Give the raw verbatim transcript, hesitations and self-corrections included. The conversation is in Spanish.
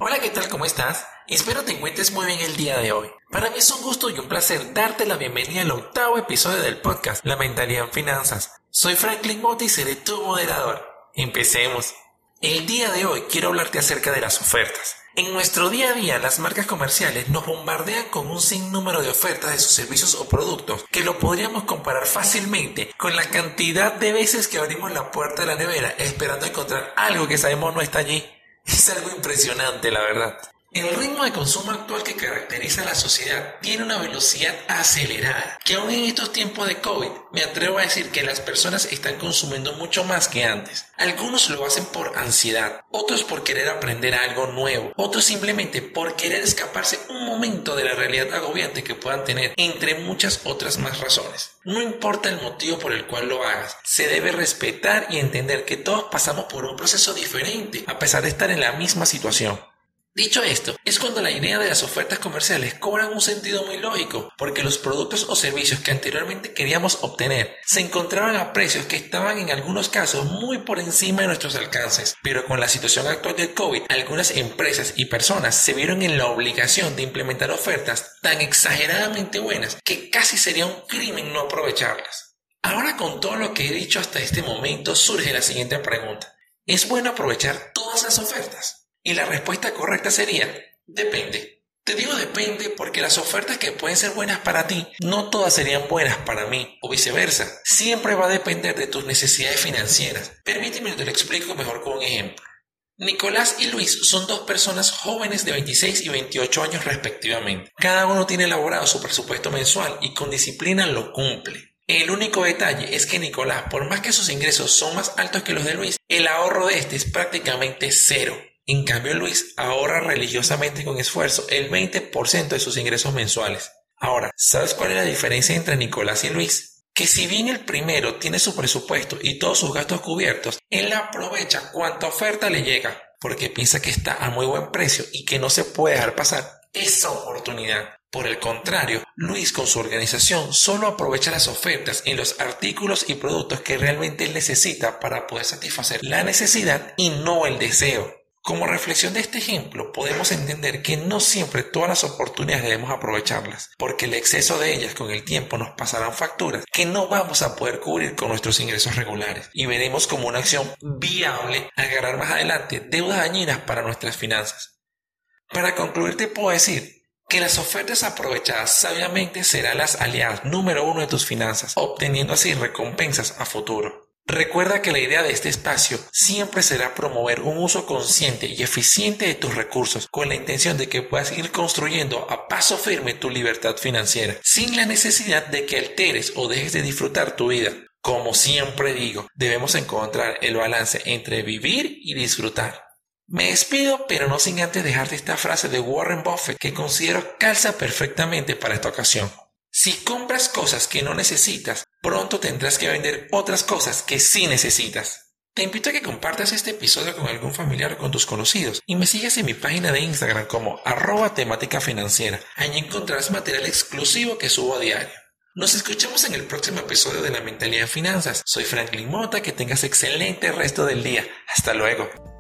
Hola, ¿qué tal? ¿Cómo estás? Espero te encuentres muy bien el día de hoy. Para mí es un gusto y un placer darte la bienvenida al octavo episodio del podcast La Mentalidad en Finanzas. Soy Franklin Mota y seré tu moderador. Empecemos. El día de hoy quiero hablarte acerca de las ofertas. En nuestro día a día, las marcas comerciales nos bombardean con un sinnúmero de ofertas de sus servicios o productos que lo podríamos comparar fácilmente con la cantidad de veces que abrimos la puerta de la nevera esperando encontrar algo que sabemos no está allí. Es algo impresionante, la verdad. El ritmo de consumo actual que caracteriza a la sociedad tiene una velocidad acelerada, que aún en estos tiempos de COVID me atrevo a decir que las personas están consumiendo mucho más que antes. Algunos lo hacen por ansiedad, otros por querer aprender algo nuevo, otros simplemente por querer escaparse un momento de la realidad agobiante que puedan tener, entre muchas otras más razones. No importa el motivo por el cual lo hagas, se debe respetar y entender que todos pasamos por un proceso diferente, a pesar de estar en la misma situación. Dicho esto, es cuando la idea de las ofertas comerciales cobran un sentido muy lógico, porque los productos o servicios que anteriormente queríamos obtener se encontraban a precios que estaban en algunos casos muy por encima de nuestros alcances, pero con la situación actual del COVID, algunas empresas y personas se vieron en la obligación de implementar ofertas tan exageradamente buenas que casi sería un crimen no aprovecharlas. Ahora, con todo lo que he dicho hasta este momento, surge la siguiente pregunta: ¿es bueno aprovechar todas las ofertas? Y la respuesta correcta sería: depende. Te digo depende porque las ofertas que pueden ser buenas para ti, no todas serían buenas para mí, o viceversa. Siempre va a depender de tus necesidades financieras. Permíteme que te lo explico mejor con un ejemplo. Nicolás y Luis son dos personas jóvenes de veintiséis y veintiocho años respectivamente. Cada uno tiene elaborado su presupuesto mensual y con disciplina lo cumple. El único detalle es que Nicolás, por más que sus ingresos son más altos que los de Luis, el ahorro de este es prácticamente cero. En cambio, Luis ahorra religiosamente con esfuerzo el veinte por ciento de sus ingresos mensuales. Ahora, ¿sabes cuál es la diferencia entre Nicolás y Luis? Que si bien el primero tiene su presupuesto y todos sus gastos cubiertos, él aprovecha cuanta oferta le llega, porque piensa que está a muy buen precio y que no se puede dejar pasar esa oportunidad. Por el contrario, Luis con su organización solo aprovecha las ofertas en los artículos y productos que realmente él necesita para poder satisfacer la necesidad y no el deseo. Como reflexión de este ejemplo, podemos entender que no siempre todas las oportunidades debemos aprovecharlas, porque el exceso de ellas con el tiempo nos pasarán facturas que no vamos a poder cubrir con nuestros ingresos regulares, y veremos como una acción viable agarrar más adelante deudas dañinas para nuestras finanzas. Para concluir, te puedo decir que las ofertas aprovechadas sabiamente serán las aliadas número uno de tus finanzas, obteniendo así recompensas a futuro. Recuerda que la idea de este espacio siempre será promover un uso consciente y eficiente de tus recursos con la intención de que puedas ir construyendo a paso firme tu libertad financiera, sin la necesidad de que alteres o dejes de disfrutar tu vida. Como siempre digo, debemos encontrar el balance entre vivir y disfrutar. Me despido, pero no sin antes dejarte esta frase de Warren Buffett que considero calza perfectamente para esta ocasión. Si compras cosas que no necesitas, pronto tendrás que vender otras cosas que sí necesitas. Te invito a que compartas este episodio con algún familiar o con tus conocidos y me sigas en mi página de Instagram como arroba temática financiera. Allí encontrarás material exclusivo que subo a diario. Nos escuchamos en el próximo episodio de La Mentalidad en Finanzas. Soy Franklin Mota, que tengas excelente resto del día. Hasta luego.